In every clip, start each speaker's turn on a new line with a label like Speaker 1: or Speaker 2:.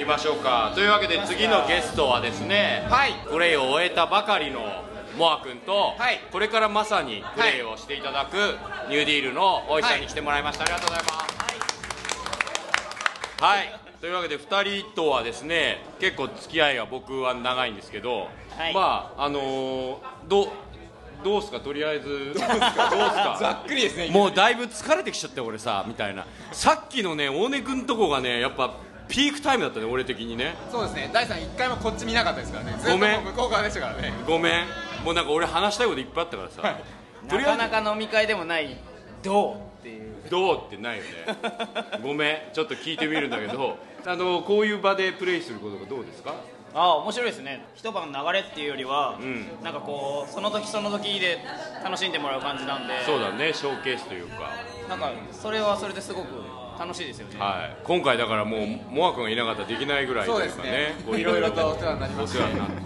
Speaker 1: ましょうか。というわけで次のゲストはですね、
Speaker 2: はい、
Speaker 1: プレーを終えたばかりのモア君と、
Speaker 2: はい、
Speaker 1: これからまさにプレーをしていただくニューディールの大石さんに来てもらいました。ありがとうございます。はい、というわけで2人とはですね、結構付き合いが僕は長いんですけど、
Speaker 3: はい、
Speaker 1: まあどうすか、とりあえずどうすか
Speaker 2: ざっくりですね。
Speaker 1: もうだいぶ疲れてきちゃった俺さみたいな。さっきのね大根君のとこがねやっぱピークタイムだったね俺的にね。
Speaker 2: そうですね、大さん一回もこっち見なかったですからね。
Speaker 1: ごめん、
Speaker 2: 向こう側でしたからね。
Speaker 1: ごめん、もうなんか俺話したいこといっぱいあったからさ、はい、
Speaker 3: なかなか飲み会でもないどうっていう
Speaker 1: どうってないよねごめん、ちょっと聞いてみるんだけどこういう場でプレイすることがどうですか？
Speaker 3: 面白いですね。一晩流れっていうよりは、なんかこうその時その時で楽しんでもらう感じなんで。
Speaker 1: そうだね、ショーケースというか、
Speaker 3: なんかそれはそれですごく楽しいですよね。
Speaker 1: はい、今回だからもうモア君がいなかったらできないぐらいというかね、
Speaker 2: いろいろとお世話になりまして。
Speaker 1: お世話になって、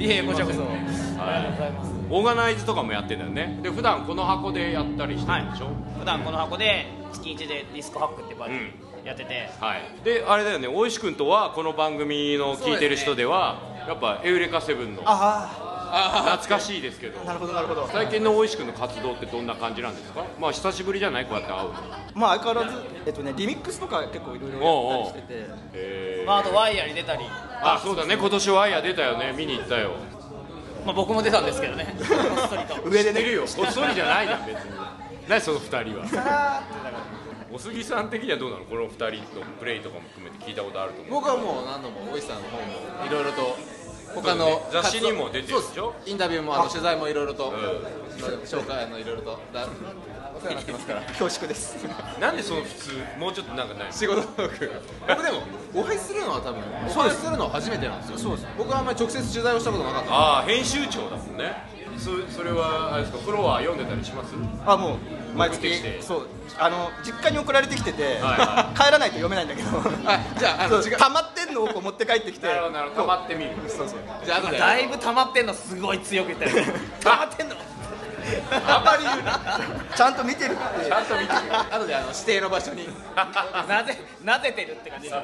Speaker 3: いえ、こちらこそ、ありがとうございます。
Speaker 1: オーガナイズとかもやってんだよね。で普段この箱でやったりしてるんでしょ？
Speaker 3: 普段この箱で月1でディスコハックってバージョンやってて、
Speaker 1: はい、であれだよね、大石君とはこの番組の聞いてる人ではやっぱエウレカセブンの懐かしいですけど。
Speaker 4: なるほどなるほど。
Speaker 1: 最近の大石君の活動ってどんな感じなんですか？まあ久しぶりじゃない、こうやって会うの。
Speaker 4: まあ相変わらずリミックスとか結構いろいろやったりしてて、
Speaker 3: まああとワイヤーに出たり。
Speaker 1: あ、そうだね、今年ワイヤー出たよね、見に行ったよ。
Speaker 3: まあ僕も出たんですけどね。こっそりと
Speaker 4: 上でね。
Speaker 1: いるよ、こっそりじゃないじゃん別に。何その2人は。お杉さん的にはどうなの？この2人のプレイとかも含めて聞いたことあると思う。
Speaker 2: 僕はもう何度も大石さんの方もいろいろと他の
Speaker 1: 雑誌にも出てるでしょ？
Speaker 2: インタビューも取材もいろいろと紹介いろいろとお世話になってますから
Speaker 4: 恐縮です。
Speaker 1: なんでその普通もうちょっとなんかない？
Speaker 2: 仕事トーク。僕でもお会いするのは多分お会いするのは初めてなんですよ。そうです。僕はあんまり直接取材をしたことなかった。
Speaker 1: ああ、編集長だもんね。それはあれですか、フロア読んでたりします？
Speaker 4: あ、もう毎月そう実家に送られてきてて、帰らないと読めないんだけど、
Speaker 2: じゃあ
Speaker 4: 溜まってんのをこう持って帰ってきて、
Speaker 1: なるほど溜まってみる。
Speaker 4: そうそう。
Speaker 2: じゃあ
Speaker 3: だいぶ溜まってんのすごい強く言ったよ。溜まってんの。
Speaker 1: あんまり言うな。
Speaker 4: ちゃんと見てるって。
Speaker 1: ちゃんと見てる。
Speaker 2: 後で指定の場所に
Speaker 3: なぜてるって感じ。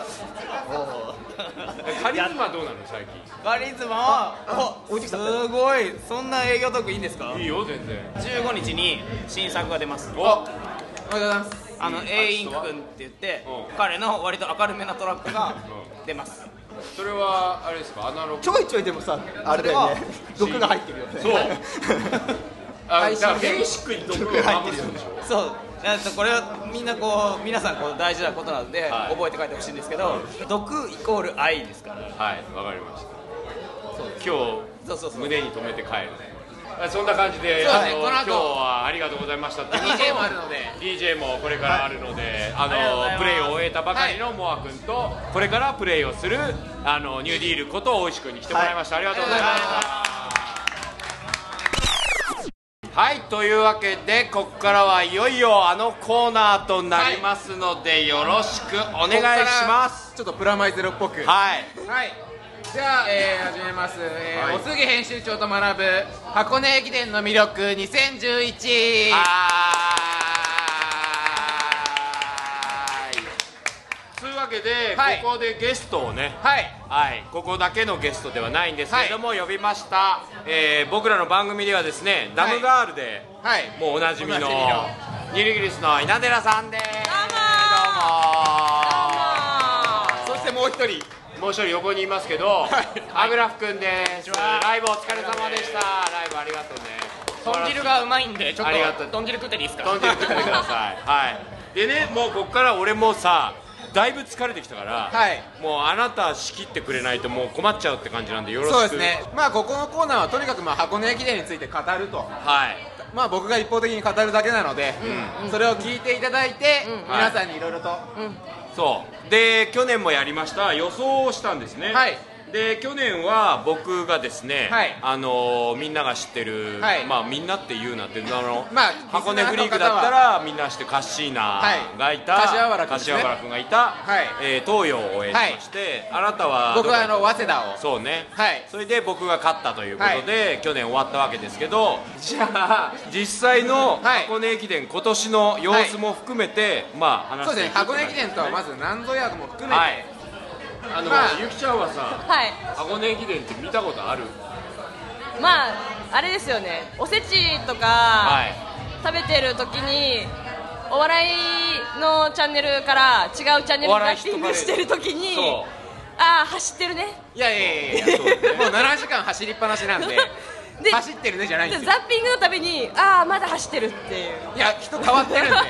Speaker 1: カリズマどうなの最近？
Speaker 3: カリズマはすごい、そんな営業トークいいんですか？
Speaker 1: いいよ全然。
Speaker 3: 15日に新作が出ます。
Speaker 2: おめでとうございます。
Speaker 3: Aインク君って言って彼の割と明るめなトラックが出ます。
Speaker 1: それはあれですか、アナログ？
Speaker 4: ちょいちょいでもさ、あれだよね、毒が入ってるよね。
Speaker 1: そう。だからベーシックに毒が入ってるよね。
Speaker 3: そう。これはみんな皆さん大事なことなので覚えて帰ってほしいんですけど、毒イコール愛ですから。
Speaker 1: はい、わかりました。今日胸に留めて帰るね。そんな感じで、今日はありがとうございましたっていうのと、
Speaker 2: DJ もあるので
Speaker 1: DJ もこれからあるので、プレイを終えたばかりのモア君と、これからプレイをするニューディールこと大石君に来てもらいました。ありがとうございます。はい、というわけでここからはいよいよコーナーとなりますので、よろしくお願いします。
Speaker 2: ちょっとプラマイゼロっぽく。
Speaker 1: はい、
Speaker 2: じゃあ、始めます。おすぎ編集長と学ぶ箱根駅伝の魅力2011。
Speaker 1: というわけで、ここでゲストをね、ここだけのゲストではないんですけれども、呼びました。僕らの番組ではですね、ダムガールでもうおなじみのニリギリスの稲寺さんです。どうも。そしてもう一人横にいますけど、アグラフ君です。ライブお疲れ様でした。ライブありがとうね。
Speaker 3: 豚汁がうまいんで、ちょっと豚汁食っていいですか？
Speaker 1: 豚汁食ってください。はい。でね、もうここから俺もさ、だいぶ疲れてきたから、もうあなた仕切ってくれないともう困っちゃうって感じなんで、よろしく。
Speaker 2: そうですね。まあここのコーナーはとにかく箱根駅伝について語ると。まあ僕が一方的に語るだけなので、それを聞いていただいて、皆さんにいろいろと。
Speaker 1: そうで、去年もやりました予想をしたんですね。で去年は僕がですね、みんなが知ってる、まあみんなって言うなって、箱根フリークだったらみんな知ってるカッシーナがいた、柏原君がいた東洋を応援しまして、あなたは
Speaker 2: 僕は早稲田を。
Speaker 1: そうね。それで僕が勝ったということで去年終わったわけですけど、じゃあ実際の箱根駅伝今年の様子も含めて、まあ話していく。
Speaker 2: そうですね。箱根駅伝とはまず何ぞやも含めて
Speaker 1: ゆきちゃんはさ、箱根駅伝って見たことある？
Speaker 5: まああれですよね、おせちとか食べてる時にお笑いのチャンネルから違うチャンネルにザッピングしてる時に、ああ走ってるね。
Speaker 2: いやもう7時間走りっぱなしなんで走ってるねじゃないんですよ。
Speaker 5: ザッピングのたびにああまだ走ってるっていう。
Speaker 2: いや人変わってるんで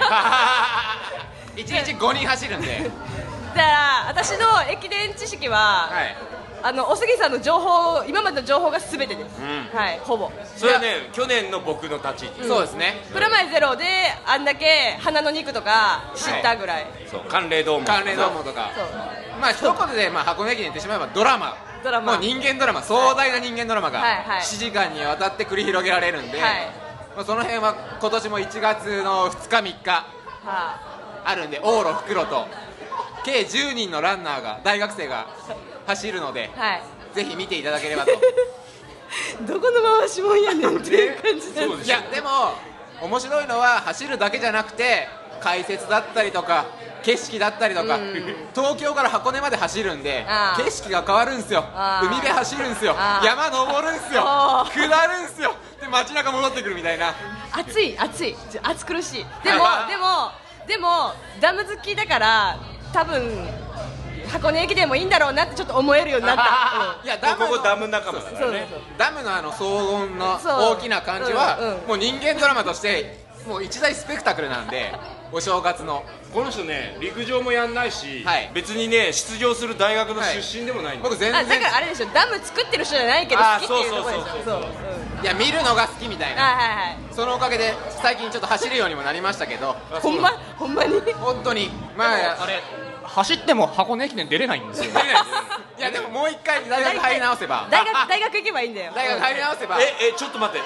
Speaker 2: 1日5人走るんで。
Speaker 5: だから私の駅伝知識は、おすぎさんの情報、今までの情報がすべてです、ほぼ。
Speaker 1: それはね、去年の僕の立ち位置。
Speaker 2: そうですね。
Speaker 5: プラマイゼロであんだけ花の肉とか知ったぐらい。
Speaker 1: そう寒冷ドーム
Speaker 2: とか。まあ一言で箱根駅伝言ってしまえばドラマ。もう人間ドラマ、壮大な人間ドラマが7時間にわたって繰り広げられるんで、その辺は今年も1月の2日3日あるんで、往路袋と計10人のランナーが、大学生が走るので、ぜひ見ていただければと。
Speaker 5: どこの回しもんやねんっていう感じなんです。
Speaker 2: いやでも面白いのは走るだけじゃなくて解説だったりとか景色だったりとか、東京から箱根まで走るんで景色が変わるんですよ。海辺走るんですよ、山登るんですよ、下るんですよ、で街中戻ってくるみたいな。
Speaker 5: 暑い暑苦しい。でもダム好きだから多分箱根駅伝もいいんだろうなってちょっと思えるようになった。
Speaker 1: いやここダム仲間だからね。
Speaker 2: ダムの荘厳の大きな感じはもう人間ドラマとしてもう一大スペクタクルなんで、お正月の
Speaker 1: この人ね陸上もやんないし、別にね出場する大学の出身でもないんで、
Speaker 5: 僕全然だからあれでしょ、ダム作ってる人じゃないけど好きっていうところでしょ。
Speaker 2: いや見るのが好きみたいな、そのおかげで最近ちょっと走るようにもなりましたけど。
Speaker 5: ほんまに
Speaker 2: 本当にまあ
Speaker 3: あれ走っても箱根駅伝出れないんですよ。
Speaker 2: いやでももう一回大学入り直せば、
Speaker 5: 大学行けばいいんだよ。
Speaker 2: 大学入り直せば。
Speaker 1: ちょっと待って、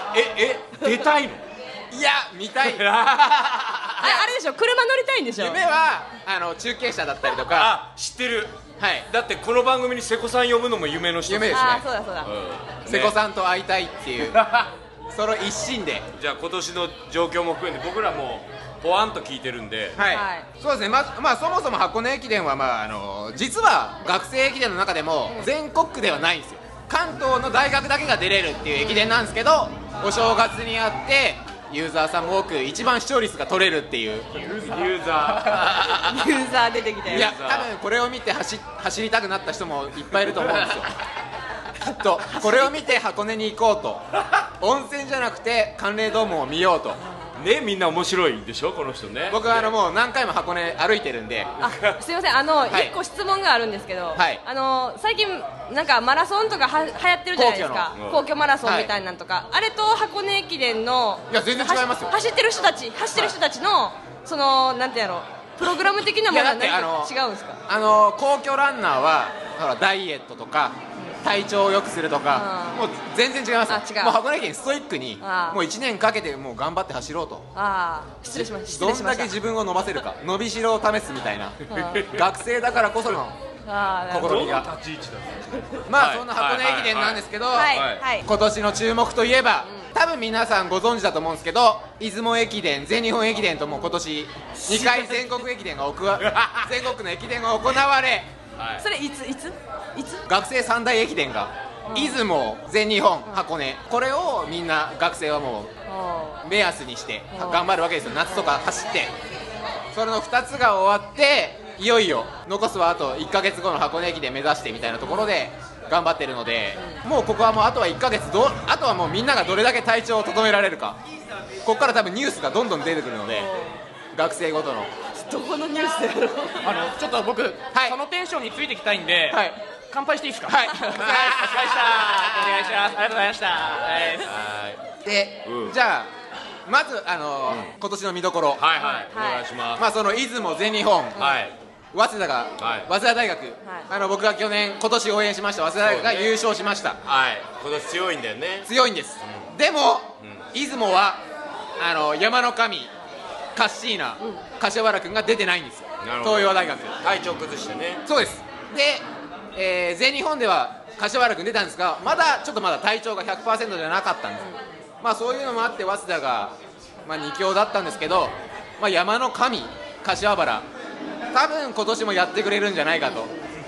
Speaker 1: 出たいの？
Speaker 2: いや見たい。
Speaker 5: あれでしょ、車乗りたいんでしょ。
Speaker 2: 夢は中継車だったりとか。
Speaker 1: 知ってる。だってこの番組に瀬古さん呼ぶのも夢の一つ。
Speaker 2: 夢ですね。
Speaker 5: そうだ
Speaker 2: 瀬古さんと会いたいっていうその一心で。
Speaker 1: じゃあ今年の状況も含めて僕らもポワンと聞いてるんで、
Speaker 2: そうですね。まあそもそも箱根駅伝は実は学生駅伝の中でも全国区ではないんですよ。関東の大学だけが出れるっていう駅伝なんですけど、お正月にあってユーザーさんも多く一番視聴率が取れるっていう。
Speaker 1: ユーザ
Speaker 5: ー出てきたよ。
Speaker 2: いや多分これを見て走りたくなった人もいっぱいいると思うんですよ。きっとこれを見て箱根に行こうと、温泉じゃなくて寒冷ドームを見ようと
Speaker 1: ね。みんな面白いでしょこの人ね。
Speaker 2: 僕はもう何回も箱根歩いてるんで。
Speaker 5: すいません、1個質問があるんですけど、最近なんかマラソンとか流行ってるじゃないですか、皇居マラソンみたいなんとか、あれと箱根駅伝の、
Speaker 2: いや全然違いますよ。
Speaker 5: 走ってる人たちのそのなんてやろう、プログラム的なものは何か違うんですか？
Speaker 2: 皇居ランナーはほらダイエットとか体調を良くするとか、もう全然違います。もう箱根駅伝ストイックにもう1年かけてもう頑張って走ろうと。
Speaker 5: 失礼しました。
Speaker 2: どんだけ自分を伸ばせるか、伸びしろを試すみたいな学生だからこその試みが。まあそんな箱根駅伝なんですけど、今年の注目といえば多分皆さんご存知だと思うんですけど、出雲駅伝、全日本駅伝ともう今年2回全国駅伝が全国の駅伝が行われ、
Speaker 5: それいつ
Speaker 2: 学生三大駅伝が出雲、全日本、箱根、これをみんな学生はもう目安にして頑張るわけですよ。夏とか走って、それの2つが終わっていよいよ残すはあと1ヶ月後の箱根駅伝目指してみたいなところで頑張ってるので、もうここはもうあとは1ヶ月、あとはもうみんながどれだけ体調を整えられるか、ここから多分ニュースがどんどん出てくるので、学生ごとの
Speaker 5: どこのニュースだろう。
Speaker 3: ちょっと僕、そのテンションについていきたいんで、乾杯していいですか？
Speaker 2: はい、
Speaker 3: お疲れ様でした。お願いします。ありがとうございました。
Speaker 2: で、じゃあまず今年の見どころ、
Speaker 1: お願いします。
Speaker 2: まあその出雲、全日本、早稲田大学、僕が今年応援しました早稲田大学が優勝しました。
Speaker 1: 今年強いんだよね。
Speaker 2: 強いんです。でも出雲は山の神カッシーナ、柏原君が出てないんですよ。東洋大学
Speaker 1: 体調崩してね。
Speaker 2: そうです。で、全日本では柏原君出たんですが、まだ体調が 100% じゃなかったんです。まあそういうのもあって早稲田が2強だったんですけど、山の神柏原、多分今年もやってくれるんじゃないかと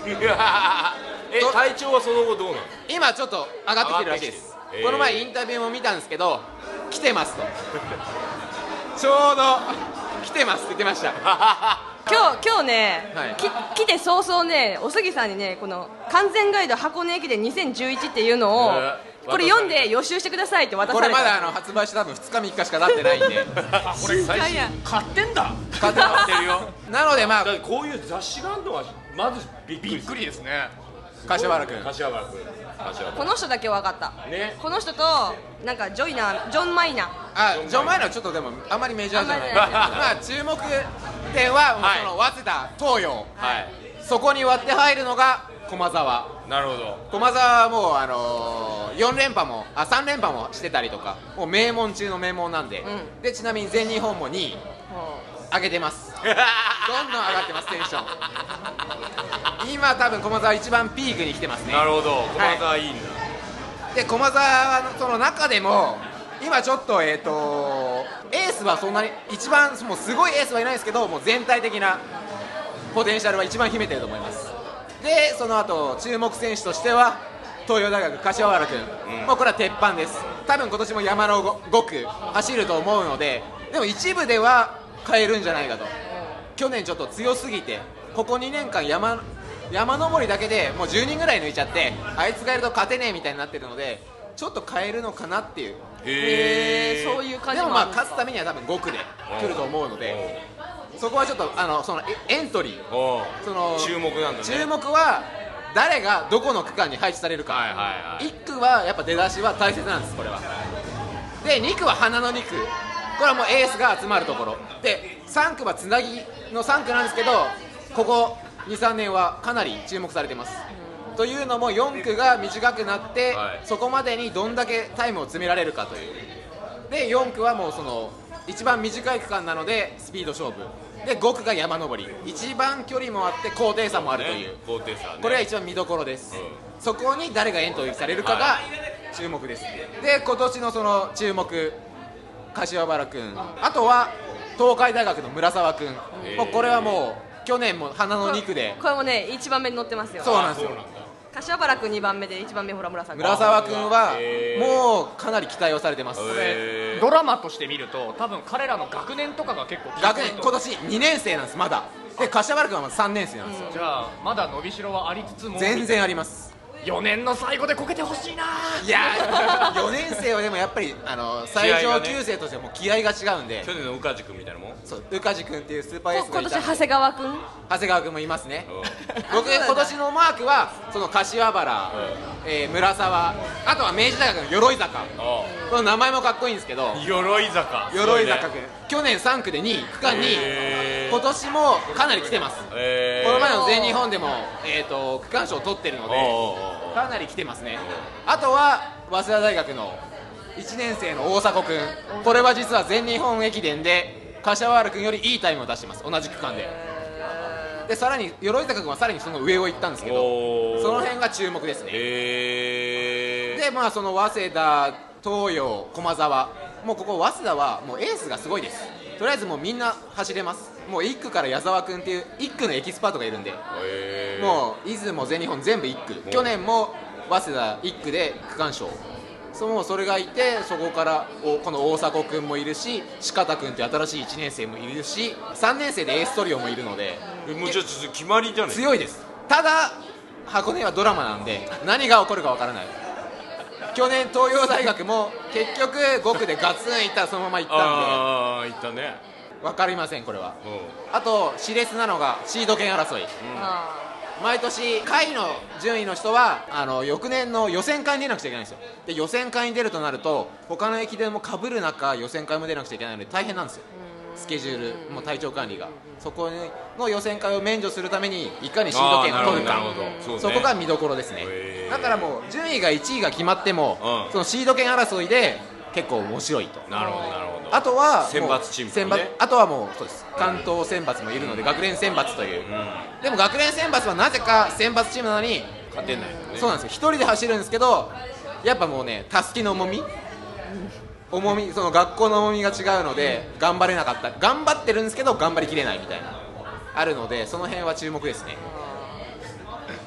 Speaker 1: 体調はその後どうなの？
Speaker 2: 今ちょっと上がってきてるらしいです。この前インタビューも見たんですけど、来てますとちょうど来てますって言ってました
Speaker 5: 今日ね、来て早々ね、おすぎさんにね、この完全ガイド箱根駅伝2011っていうのをこれ読んで予習してくださいって渡された。
Speaker 2: これまだ発売して多分2日3日しか経ってないんで
Speaker 1: これ最新買ってんだ。
Speaker 2: 買ってるよなのでまあ
Speaker 1: こういう雑誌があるのはまずびっくりですね。
Speaker 2: 柏原君
Speaker 5: この人だけ分かった、ね、この人となんかジョン・マイナ
Speaker 2: ージョン・マイナーはちょっとでもあんまりメジャーじゃないまあ注目点はその早稲田東洋、そこに割って入るのが駒澤。
Speaker 1: なるほど。
Speaker 2: 駒澤はもう4連覇も3連覇もしてたりとか、もう名門中の名門なんで、でちなみに全日本も2位上げてますどんどん上がってますテンション今多分駒澤一番ピークに来てますね。
Speaker 1: なるほど、駒澤いいんだ。
Speaker 2: で駒澤のその中でも今ちょっとエースはそんなに一番もうすごいエースはいないですけど、もう全体的なポテンシャルは一番秘めてると思います。でその後注目選手としては東洋大学柏原君、もうこれは鉄板です。多分今年も山の5区走ると思うので、でも一部では変えるんじゃないかと。去年ちょっと強すぎてここ2年間山登りだけでもう10人ぐらい抜いちゃって、あいつがいると勝てねえみたいになってるので、ちょっと変えるのかなっていう。
Speaker 5: そういう感じも
Speaker 2: でもまあ勝つためには多分5区で来ると思うので、そこはちょっとそのエントリーその
Speaker 1: 注目なんだね。
Speaker 2: 注目は誰がどこの区間に配置されるか。1区はやっぱ出だしは大切なんです、これは。で2区は花の2区、これはもうエースが集まるところで、3区はつなぎの3区なんですけど、ここ 2,3 年はかなり注目されてます。というのも4区が短くなって、そこまでにどんだけタイムを詰められるかという。で4区はもうその一番短い区間なのでスピード勝負で、5区が山登り、一番距離もあって高低差もあるという、
Speaker 1: 高低差ね、
Speaker 2: これは一番見どころです、そこに誰がエントリーされるかが注目です、で今年のその注目柏原君、あとは東海大学の村沢君、もうこれはもう去年も花の2区で
Speaker 5: これもね1番目に乗ってますよ。
Speaker 2: そうなんですよ。
Speaker 5: 柏原君2番目で1番目ほら村沢
Speaker 2: 君はもうかなり期待をされてます。
Speaker 6: ドラマとして見ると多分彼らの学年とかが結構
Speaker 2: 学年今年2年生なんですまだ。で柏原君はまだ3年生なんですよ。
Speaker 6: じゃあまだ伸びしろはありつつも
Speaker 2: 全然あります。
Speaker 6: 4年の最後でこけてほしいな。
Speaker 2: いや4年生はでもやっぱり最上級生としても気合が違うんで、
Speaker 1: 去年の宇梶君みたいなもん。
Speaker 2: そう宇梶君っていうスーパーエースがいた。
Speaker 5: 今年長谷川君
Speaker 2: もいますね。僕今年のマークはその柏原、村沢、あとは明治大学の鎧坂、この名前もかっこいいんですけど、
Speaker 1: 鎧坂
Speaker 2: 君去年3区で2位区間2位、今年もかなり来てます。この前の全日本でも区間賞を取ってるのでかなり来てますね。あとは早稲田大学の1年生の大迫君、これは実は全日本駅伝で柏原君よりいいタイムを出してます、同じ区間で。でさらに鎧坂君はさらにその上を行ったんですけど、その辺が注目ですね。でまあその早稲田、東洋、駒澤、もうここ早稲田はもうエースがすごいです。とりあえずもうみんな走れます。もう1区から矢沢君っていう1区のエキスパートがいるんで、もう出雲全日本全部1区、去年も早稲田1区で区間賞、それがいて、そこからこの大迫君もいるし、四方君っていう新しい1年生もいるし、3年生でエーストリオもいるので、
Speaker 1: もうちょっと決まりじゃない。
Speaker 2: 強いです。ただ箱根はドラマなんで何が起こるかわからない。去年東洋大学も結局5区でガツンいったらそのまま行ったんで、
Speaker 1: 行ったね、
Speaker 2: 分かりませんこれは。あと熾烈なのがシード権争い、毎年下位の順位の人は翌年の予選会に出なくちゃいけないんですよ。で予選会に出るとなると他の駅伝も被る中予選会も出なくちゃいけないので大変なんですよ、スケジュールも体調管理が。そこの予選会を免除するためにいかにシード権を取るか、そこが見どころですね。だからもう順位が1位が決まっても、そのシード権争いで結構面白いと。
Speaker 1: なるほどなるほど。
Speaker 2: あとは
Speaker 1: 選抜チームとね、
Speaker 2: あとはもうそうです、関東選抜もいるので、学連選抜という、でも学連選抜はなぜか選抜チームなのに
Speaker 1: 勝てないよね。
Speaker 2: そうなんですよ、一人で走るんですけど、やっぱもうね、たすきの重み、その学校の重みが違うので頑張れなかった、頑張ってるんですけど頑張りきれないみたいなあるので、その辺は注目ですね。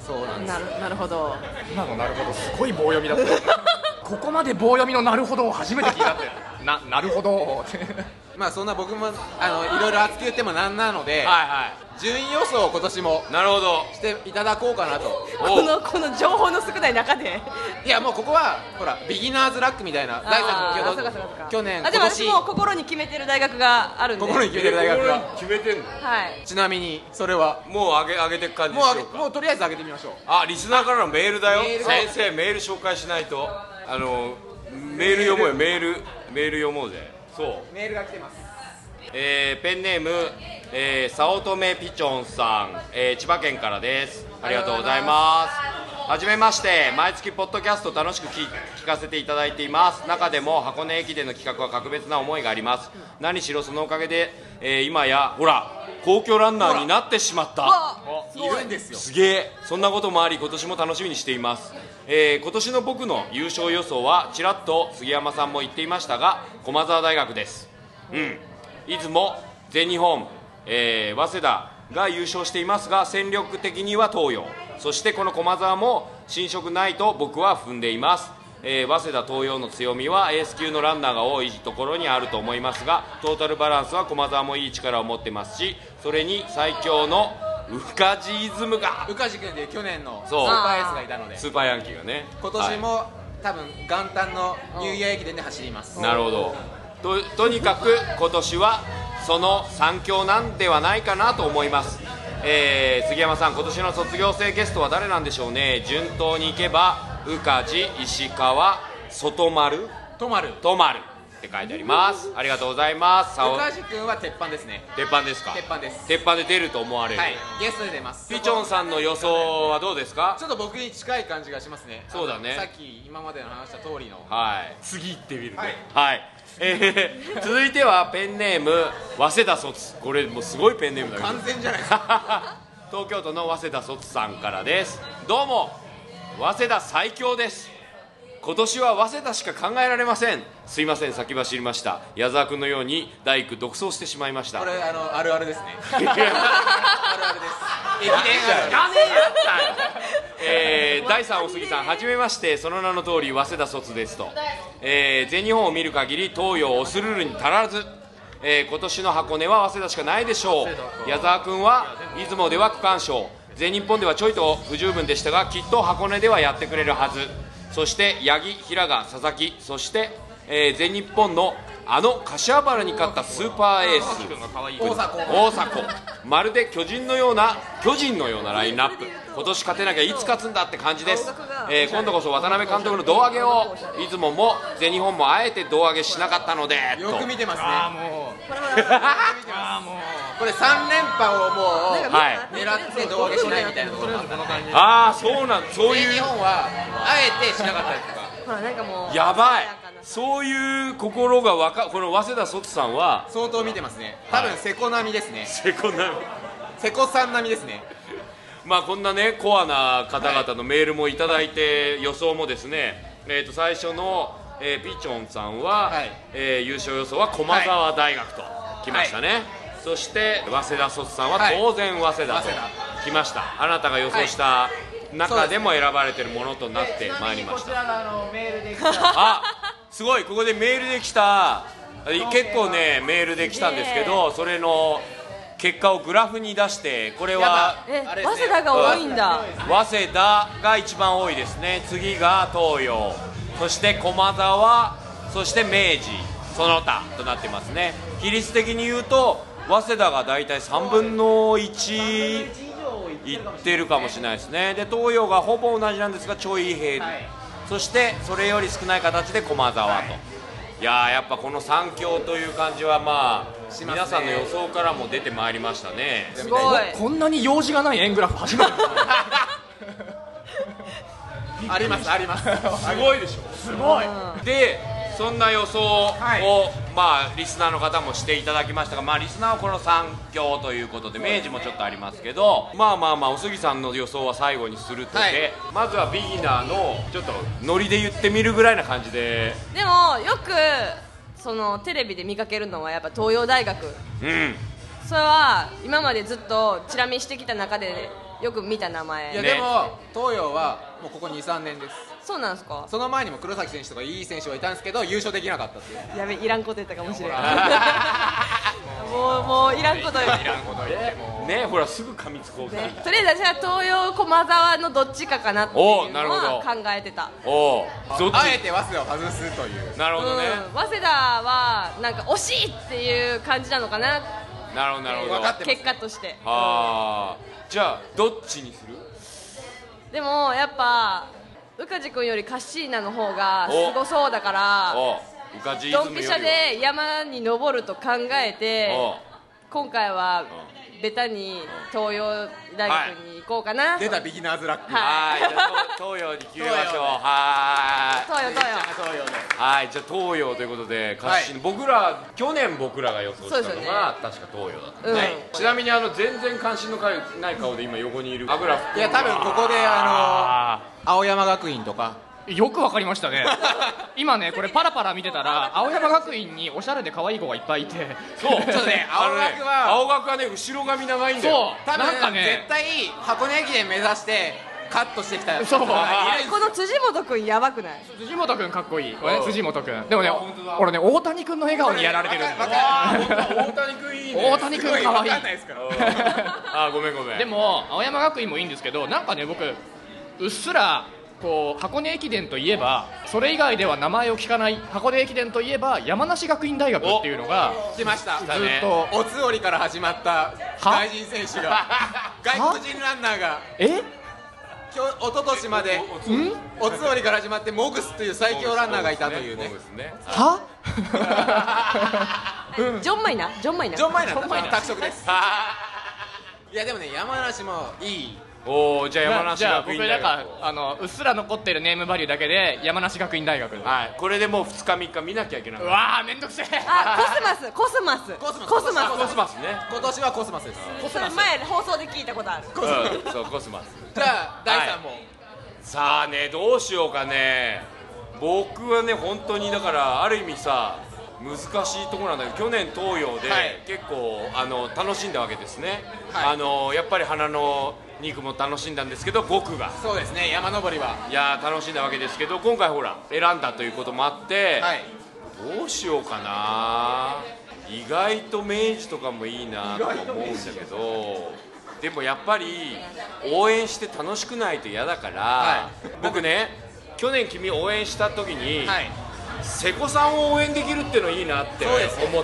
Speaker 2: そうなんです。
Speaker 5: なるほど。
Speaker 6: 今のなるほどすごい棒読みだったここまで棒読みのなるほどを初めて聞いたってなるほどって
Speaker 2: まあそんな僕もいろいろ熱く言ってもなんなので、順位予想を今年も
Speaker 1: なるほど
Speaker 2: していただこうかなと。
Speaker 5: この情報の少ない中で
Speaker 2: いやもうここはほらビギナーズラックみたいな大学去年
Speaker 5: でも私も心に決めてる大学があるんで。
Speaker 2: 心に決めてる大学が
Speaker 1: 決めてんの。
Speaker 2: ちなみにそれは
Speaker 1: もう上げていく感じでしょうか。
Speaker 2: もうとりあえず上げてみましょう。
Speaker 1: リスナーからのメールだよ。先生メール紹介しないと。メール読もうよ。メール読もうぜ。そう
Speaker 2: メールが来てます。
Speaker 1: ペンネーム、早乙女ピチョンさん、千葉県からです。ありがとうございます。はじめまして。毎月ポッドキャスト楽しく聞かせていただいています。中でも箱根駅伝の企画は格別な思いがあります。何しろそのおかげで、今やほら皇居ランナーになってしまった。
Speaker 2: いるんですよ。
Speaker 1: すげえ。そんなこともあり今年も楽しみにしています。今年の僕の優勝予想はちらっと杉山さんも言っていましたが駒澤大学です。出雲、全日本、早稲田が優勝していますが戦力的には東洋、そしてこの駒澤も遜色ないと僕は踏んでいます。早稲田、東洋の強みはエース級のランナーが多いところにあると思いますがトータルバランスは駒澤もいい力を持ってますし、それに最強の宇梶イズムが
Speaker 2: 宇梶君という去年のスーパーエースがいたので
Speaker 1: スーパーヤンキーがね
Speaker 2: 今年も、多分元旦のニューイヤー駅伝で走ります。
Speaker 1: なるほど。とにかく今年はその3強なんではないかなと思います。杉山さん、今年の卒業生ゲストは誰なんでしょうね。順当にいけば宇梶、石川、外丸、
Speaker 2: とまる
Speaker 1: って書いてあります。ありがとうございます。
Speaker 2: 宇梶君は鉄板ですね。
Speaker 1: 鉄板ですか。
Speaker 2: 鉄板です。
Speaker 1: 鉄板で出ると思われる。
Speaker 2: ゲストで出ます。
Speaker 1: ピチョンさんの予想はどうですか。
Speaker 2: ちょっと僕に近い感じがしますね。
Speaker 1: そうだね。
Speaker 2: さっき今までの話した通りの。
Speaker 1: 次行ってみるね。続いてはペンネーム早稲田卒。これもうすごいペンネームだけど
Speaker 2: 完全じゃないですか
Speaker 1: 東京都の早稲田卒さんからです。どうも早稲田最強です。今年は早稲田しか考えられません。すいません先走りました。矢沢君のように大工独走してしまいました。
Speaker 2: これあるあるですねあるあるです駅伝
Speaker 1: 第3お杉さん、はじめまして。その名の通り早稲田卒ですと。全日本を見る限り東洋オスルールに足らず、今年の箱根は早稲田しかないでしょう。矢沢君は出雲では区間賞、全日本ではちょいと不十分でしたがきっと箱根ではやってくれるはず。そして八木、平賀、佐々木、そして、全日本の柏原に勝ったスーパーエース大迫、まるで巨人のようなラインナップ。今年勝てなきゃいつ勝つんだって感じです。今度こそ渡辺監督の胴上げを出雲も全日本もあえて胴上げしなかったので
Speaker 2: よく見てますね。これ3連覇をもう狙って胴上げしないみたいなところがあった。
Speaker 1: そういう
Speaker 2: 全日本はあえてしなかったりとか。
Speaker 1: やばい。そういう心がこの早稲田卒さんは
Speaker 2: 相当見てますね。多分瀬古並みですね。
Speaker 1: 瀬古
Speaker 2: さん並みですね。
Speaker 1: こんなねコアな方々のメールもいただいて、予想もですね、最初の、ピチョンさんは、優勝予想は駒澤大学ときましたね。そして早稲田卒さんは当然早稲田ときました。あなたが予想した中でも選ばれているものとなってまいりました。
Speaker 2: こちらがメールで来た
Speaker 1: すごい。ここでメールで来た結構ねメールで来たんですけど、それの結果をグラフに出して、これは
Speaker 5: 早稲田が多いんだ。
Speaker 1: 早稲田が一番多いですね。次が東洋、そして駒澤、そして明治、その他となってますね。比率的に言うと早稲田がだいたい3分の1いってるかもしれないですね。で東洋がほぼ同じなんですがちょい減る、そしてそれより少ない形で駒澤と。いややっぱこの3強という感じは皆さんの予想からも出てまいりましたね。
Speaker 5: すごい。
Speaker 6: こんなに用事がない円グラフ初めて
Speaker 2: あります。
Speaker 1: すごいでしょ。
Speaker 6: すごい。
Speaker 1: でそんな予想を、リスナーの方もしていただきましたが、リスナーはこの3強ということで明治もちょっとありますけど、お杉さんの予想は最後にするとで、まずはビギナーのちょっとノリで言ってみるぐらいな感じで。
Speaker 5: でもよくテレビで見かけるのはやっぱ東洋大学、それは今までずっとチラ見してきた中でよく見た名前。
Speaker 2: いやでも東洋はもうここ 2,3 年です。
Speaker 5: そうなんですか。
Speaker 2: その前にも黒崎選手とかいい選手はいたんですけど優勝できなかったっていう。
Speaker 5: やべ、いらんこと言ったかもしれないもういらんこと言って
Speaker 1: ね、ほらすぐ噛みつこう、
Speaker 5: ね、とりあえず私は東洋駒沢のどっちかかなっていうのは考えてた。
Speaker 2: あえて早稲田を外すという。
Speaker 1: なるほどね、
Speaker 5: 早稲田はなんか惜しいっていう感じなのかな。
Speaker 1: なるほどなるほど、
Speaker 5: 結果として。
Speaker 1: じゃあどっちにする？
Speaker 5: でもやっぱ宇梶君よりカッシーナの方がすごそうだから、ドンピシャで山に登ると考えて、今回はベタに東洋大学に行こうかな。
Speaker 2: 出たビギナーズラック。
Speaker 1: はい、じゃあ東洋に決めましょう。はい、
Speaker 5: 東洋
Speaker 1: はい、じゃあ東洋ということで、去年僕らが予想したのが確か東洋だったね。ちなみに全然関心のない顔で今横にいるアグラフ。
Speaker 2: いや多分ここで青山学院とか。
Speaker 6: よくわかりましたね今ねこれパラパラ見てたら青山学院におしゃれで可愛い子がいっぱいいて、
Speaker 1: そうちょっとね青学はね後ろ髪長いんだよ。
Speaker 2: そう多分なんかね絶対箱根駅伝目指してカットしてきた。
Speaker 6: そう
Speaker 5: この辻本君やばくない？
Speaker 6: 辻本君かっこいい。辻本君でもね俺ね大谷君の笑顔にやられてるんだよ。
Speaker 1: 大谷君いいね。
Speaker 6: 大谷君かわいい。
Speaker 1: ごめんごめん。
Speaker 6: でも青山学院もいいんですけど、なんかね僕うっすらこう箱根駅伝といえばそれ以外では名前を聞かない箱根駅伝といえば山梨学院大学っていうのが
Speaker 2: 来ました。
Speaker 6: ずっと
Speaker 2: おつおりから始まった外人選手が外国人ランナーが一昨年までおつおりから始まってモグスという最強ランナーがいたというね。
Speaker 6: は
Speaker 5: ジョンマイナ
Speaker 2: 拓殖です。いやでもね山梨もいい。
Speaker 1: じゃあ山梨学院大学。
Speaker 6: 僕なんかうっすら残ってるネームバリューだけで山梨学院大学。
Speaker 1: はい。これでもう2日3日見なきゃいけない。
Speaker 6: うわーめんどくせえ。
Speaker 5: コスマスね。
Speaker 2: 今年はコスマスです。
Speaker 5: それ前放送で聞いたことある。
Speaker 1: そうコスマス。
Speaker 2: じゃあ第3問。
Speaker 1: さあねどうしようかね。僕はね本当にだからある意味さ難しいところなんだけど、去年東洋で結構楽しんだわけですね。やっぱり花の2区も楽しんだんですけど5区が
Speaker 2: そうですね山登りはい
Speaker 1: や楽しんだわけですけど、今回ほら選んだということもあって、どうしようかな。意外と明治とかもいいなとか思うんだけど、でもやっぱり応援して楽しくないと嫌だから、僕ね去年君応援した時に、瀬古さんを応援できるっていうのいいなって思って、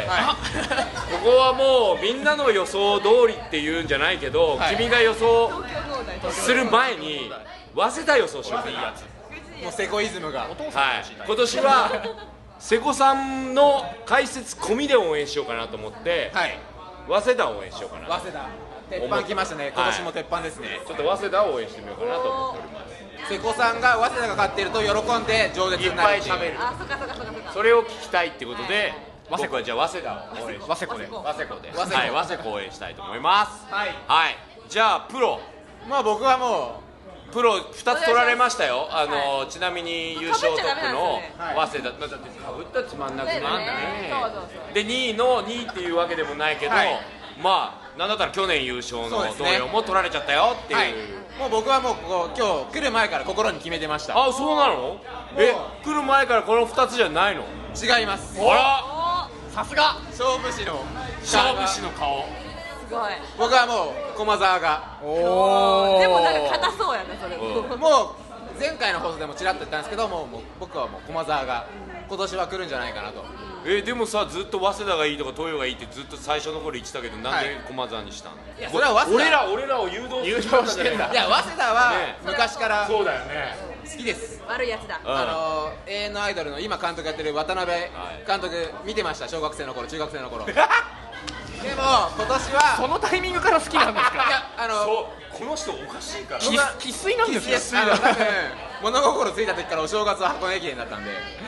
Speaker 1: ここはもうみんなの予想通りっていうんじゃないけど、君が予想する前に早稲田予想しようかな。
Speaker 2: もう瀬古イズムが、
Speaker 1: 今年は瀬古さんの解説込みで応援しようかなと思って、早稲田を応援しようかな。
Speaker 2: 早稲田鉄板きましたね。今年も鉄板ですね。
Speaker 1: ちょっと早稲田を応援してみようかなと思っております。
Speaker 2: 瀬古さんが早稲田が勝っていると喜んで饒舌になる。いっぱい喋る。
Speaker 1: それを聞きたいってことで、僕はじゃあ早稲田を応援します。早稲田を応援したいと思います。じゃあプロ。
Speaker 2: まあ僕はも
Speaker 1: うプロ2つ取られましたよ。ちなみに優勝トップの早稲田、だってかぶったらつまんなくないね。で2位っていうわけでもないけど、まあなんだったら去年優勝の東洋も取られちゃったよっていう。
Speaker 2: もう僕はもう今日来る前から心に決めてました。
Speaker 1: あ、そうなの？来る前からこの2つじゃないの？
Speaker 2: 違います。
Speaker 1: あ
Speaker 6: ら、さすが
Speaker 2: 勝負師の
Speaker 1: 顔。
Speaker 5: すごい。
Speaker 2: 僕はもう駒澤が。
Speaker 5: でもなんか硬そうやなそれも。
Speaker 2: もう前回の放送でもちらっと言ったんですけども、僕はもう駒澤が今年は来るんじゃないかなと。
Speaker 1: でもさずっと早稲田がいいとか東洋がいいってずっと最初の頃言ってたけど、なんで駒澤にしたの？
Speaker 2: いやそれは早稲田
Speaker 1: 俺らを誘導してんだ。
Speaker 2: いや早稲田は昔から
Speaker 1: そうだよね
Speaker 2: 好きです。
Speaker 5: 悪いやつだ。
Speaker 2: 永遠のアイドルの今監督やってる渡辺監督見てました。小学生の頃中学生の頃。でも今年は
Speaker 6: そのタイミングから好きなんですか？
Speaker 2: いや
Speaker 1: この人おかしいから。
Speaker 6: 生粋なんですか？
Speaker 2: 多分物心ついた時からお正月は箱根駅伝だったんで。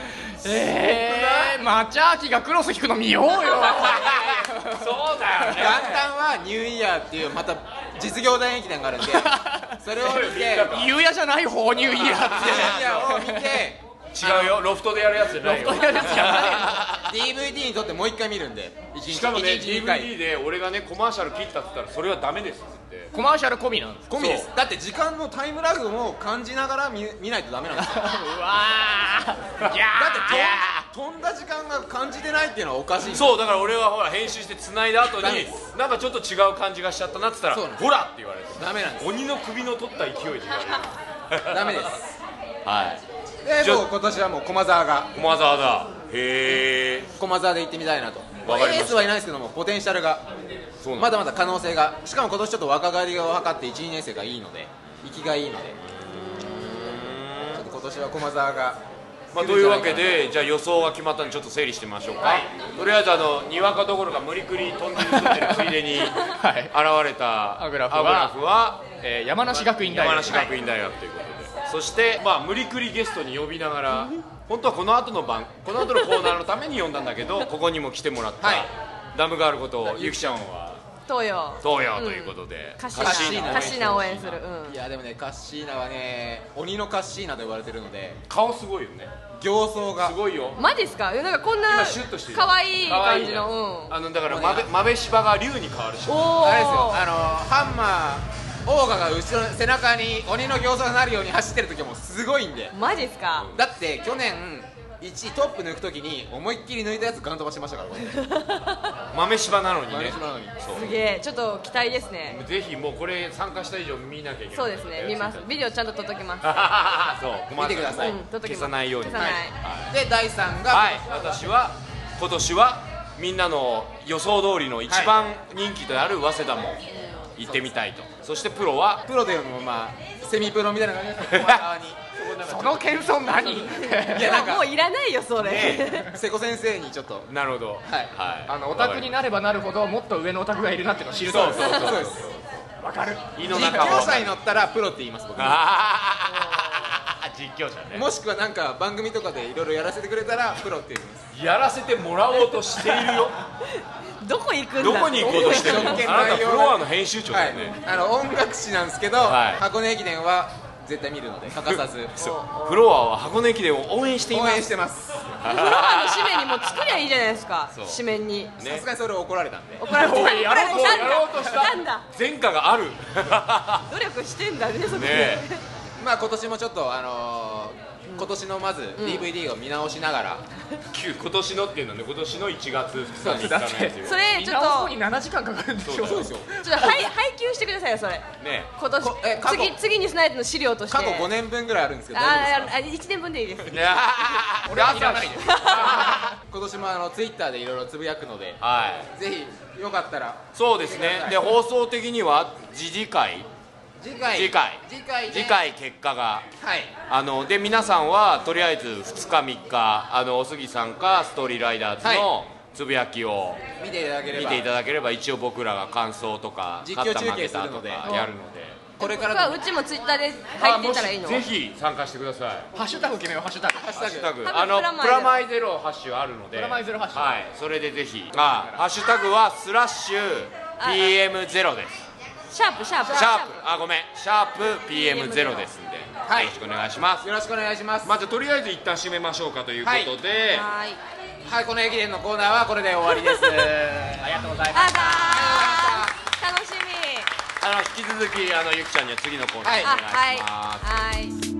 Speaker 6: マチャーキがクロス引くの見ようよ。そうだよね。
Speaker 2: 元旦はニューイヤーっていうまた実業団駅伝があるんで、それを見て
Speaker 6: 夕夜じゃない方ニューイヤーって
Speaker 2: ニューイヤーを見て
Speaker 1: 違うよ、ロフトでやるやつじゃないよ。
Speaker 6: ロフトでやるやつじゃないよ。
Speaker 2: DVD にとってもう一回見るんでいき
Speaker 1: しかもね DVD で俺がねコマーシャル切ったって言ったらそれはダメですって
Speaker 6: コマーシャル込みなんです
Speaker 2: 込みです。だって時間のタイムラグも感じながら見ないとダメなんですよ。
Speaker 6: うわー
Speaker 2: だって飛んだ時間が感じてないっていうのはおかしい。
Speaker 1: そうだから俺はほら編集して繋いだ後になんかちょっと違う感じがしちゃったなって言ったらほらって言われて
Speaker 2: ダメなんです。
Speaker 1: 鬼の首の取った勢いで言われる
Speaker 2: ダメです。
Speaker 1: はい
Speaker 2: でもう今年はもう駒沢が
Speaker 1: 駒沢だへえ
Speaker 2: 駒沢で行ってみたいなと。
Speaker 1: わかりました
Speaker 2: エースはいないですけどもポテンシャルがまだまだ可能性が、しかも今年ちょっと若返りを図って 1,2 年生がいいので息がいいのでちょっと今年は駒沢が
Speaker 1: まあ、というわけでじゃあ予想が決まったんでちょっと整理してみましょうか、はい、とりあえずにわかどころか無理くり飛んでるってるついでに現れた
Speaker 6: アグラフ
Speaker 1: は、
Speaker 6: 山梨学院大学
Speaker 1: ということで、そして、まあ、無理くりゲストに呼びながら本当はこの後のコーナーのために呼んだんだけどここにも来てもらった、ダムガールことゆきちゃんは
Speaker 5: 東洋
Speaker 1: ということで、
Speaker 5: カッシーナ応援する、
Speaker 2: いやでもねカッシーナはね鬼のカッシーナと呼ばれてるので
Speaker 1: 顔すごいよね
Speaker 2: 形相が
Speaker 1: すごいよ
Speaker 5: マジですか。なんかこんな可愛い感じの
Speaker 1: だから豆柴が竜に変わるし
Speaker 2: あれですよハンマーオーガが後ろ背中に鬼の形相になるように走ってる時はもうすごいんで
Speaker 5: マジですか。
Speaker 2: だって去年1位トップ抜くときに思いっきり抜いたやつガン飛ばしましたから
Speaker 1: 豆柴なのにね
Speaker 5: すげえちょっと期待ですね。
Speaker 1: ぜひもうこれ参加した以上見なきゃいけない。
Speaker 5: そうですね見ます。ビデオちゃんと撮っときます
Speaker 1: そう
Speaker 2: 見てください、
Speaker 1: 消さないように
Speaker 2: で第3が
Speaker 1: 私は今年はみんなの予想通りの一番人気である早稲田も行ってみたいと。そしてプロ
Speaker 2: でもまあセミプロみたいな感じで駒沢に
Speaker 6: その謙遜何
Speaker 5: いやなんかもういらないよそれ
Speaker 2: 瀬古先生にちょっと
Speaker 1: なるほど
Speaker 6: オタクになればなるほどもっと上のオタクがいるなっていうのを知ると
Speaker 2: そうです
Speaker 6: わかる。
Speaker 2: 実況者に乗ったらプロって言います僕
Speaker 1: 実況者ね。
Speaker 2: もしくはなんか番組とかでいろいろやらせてくれたらプロって言います。
Speaker 1: やらせてもらおうとしているよ
Speaker 5: どこ行くんだ。
Speaker 1: どこに行こうとしてるの。あなたフロアの編集長だよね、
Speaker 2: 音楽誌なんですけど、箱根駅伝は絶対見るので欠かさず
Speaker 1: フロアは箱根駅伝を応援しています。
Speaker 2: 応援してます
Speaker 5: フロアの紙面にも作りゃいいじゃないですか。紙面に
Speaker 2: さすがにそれ怒られたんで
Speaker 5: 怒られた。
Speaker 1: おいやろうとした
Speaker 5: なんだ
Speaker 1: 前科がある
Speaker 5: 努力してんだねそこで
Speaker 2: まあ今年もちょっと今年のまず DVD を見直しながら
Speaker 1: 今年のっていうのはね今年の1月2日3日のやつ
Speaker 5: それちょっと
Speaker 6: に7時間かかるんでしょ。
Speaker 2: そうですよ
Speaker 5: ちょっと配給してくださいよそれ
Speaker 1: ね
Speaker 5: 今年次に備えての資料として
Speaker 2: 過去5年分ぐらいあるんですけど
Speaker 5: 1年分でいいです
Speaker 1: 俺はいらないです
Speaker 2: 今年もツイッターでいろいろつぶやくのでぜひよかったら
Speaker 1: そうですね。で放送的には次回結果がで皆さんはとりあえず2日3日お杉さんかストーリーライダーズのつぶやきを
Speaker 2: 見ていただければ
Speaker 1: 一応僕らが感想とか勝った負けたとかやるので
Speaker 2: これから
Speaker 5: うちもツイッターで入ってたらいいの。
Speaker 1: ぜひ参加してください。
Speaker 6: ハッシュタグ決めよう。ハッシュタグ
Speaker 1: プラマイゼロハッシュあるので
Speaker 6: プラマイゼロハッシュ
Speaker 1: それでぜひハッシュタグは/PM0ですシャープごめんシャープ PM0 ですんでよろしくお願いします。
Speaker 2: よろしくお願いします。
Speaker 1: まずとりあえず一旦締めましょうかということで
Speaker 2: この駅伝のコーナーはこれで終わりですありがとうございました
Speaker 5: 楽しみ。
Speaker 1: 引き続きゆきちゃんには次のコーナーお願いします。